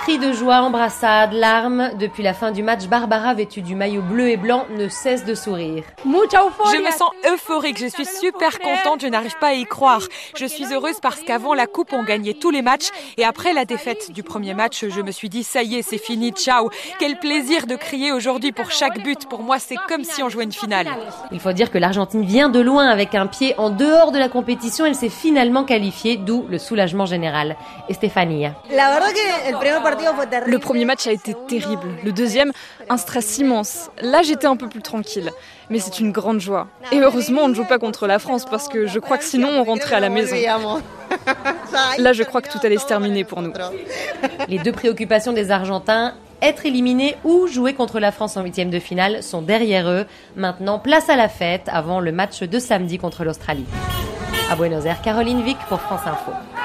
Cris de joie, embrassades, larmes. Depuis la fin du match, Barbara, vêtue du maillot bleu et blanc, ne cesse de sourire. Je me sens euphorique, je suis super contente, je n'arrive pas à y croire. Je suis heureuse parce qu'avant la coupe, on gagnait tous les matchs. Et après la défaite du premier match, je me suis dit, ça y est, c'est fini, ciao. Quel plaisir de crier aujourd'hui pour chaque but. Pour moi, c'est comme si on jouait une finale. Il faut dire que l'Argentine vient de loin avec un pied en dehors de la compétition. Elle s'est finalement qualifiée, d'où le soulagement général. Estefania. Le premier match a été terrible. Le deuxième, un stress immense. Là, j'étais un peu plus tranquille. Mais c'est une grande joie. Et heureusement, on ne joue pas contre la France parce que je crois que sinon, on rentrait à la maison. Là, je crois que tout allait se terminer pour nous. Les deux préoccupations des Argentins, être éliminés ou jouer contre la France en 8e de finale, sont derrière eux. Maintenant, place à la fête avant le match de samedi contre l'Australie. À Buenos Aires, Caroline Vic pour France Info.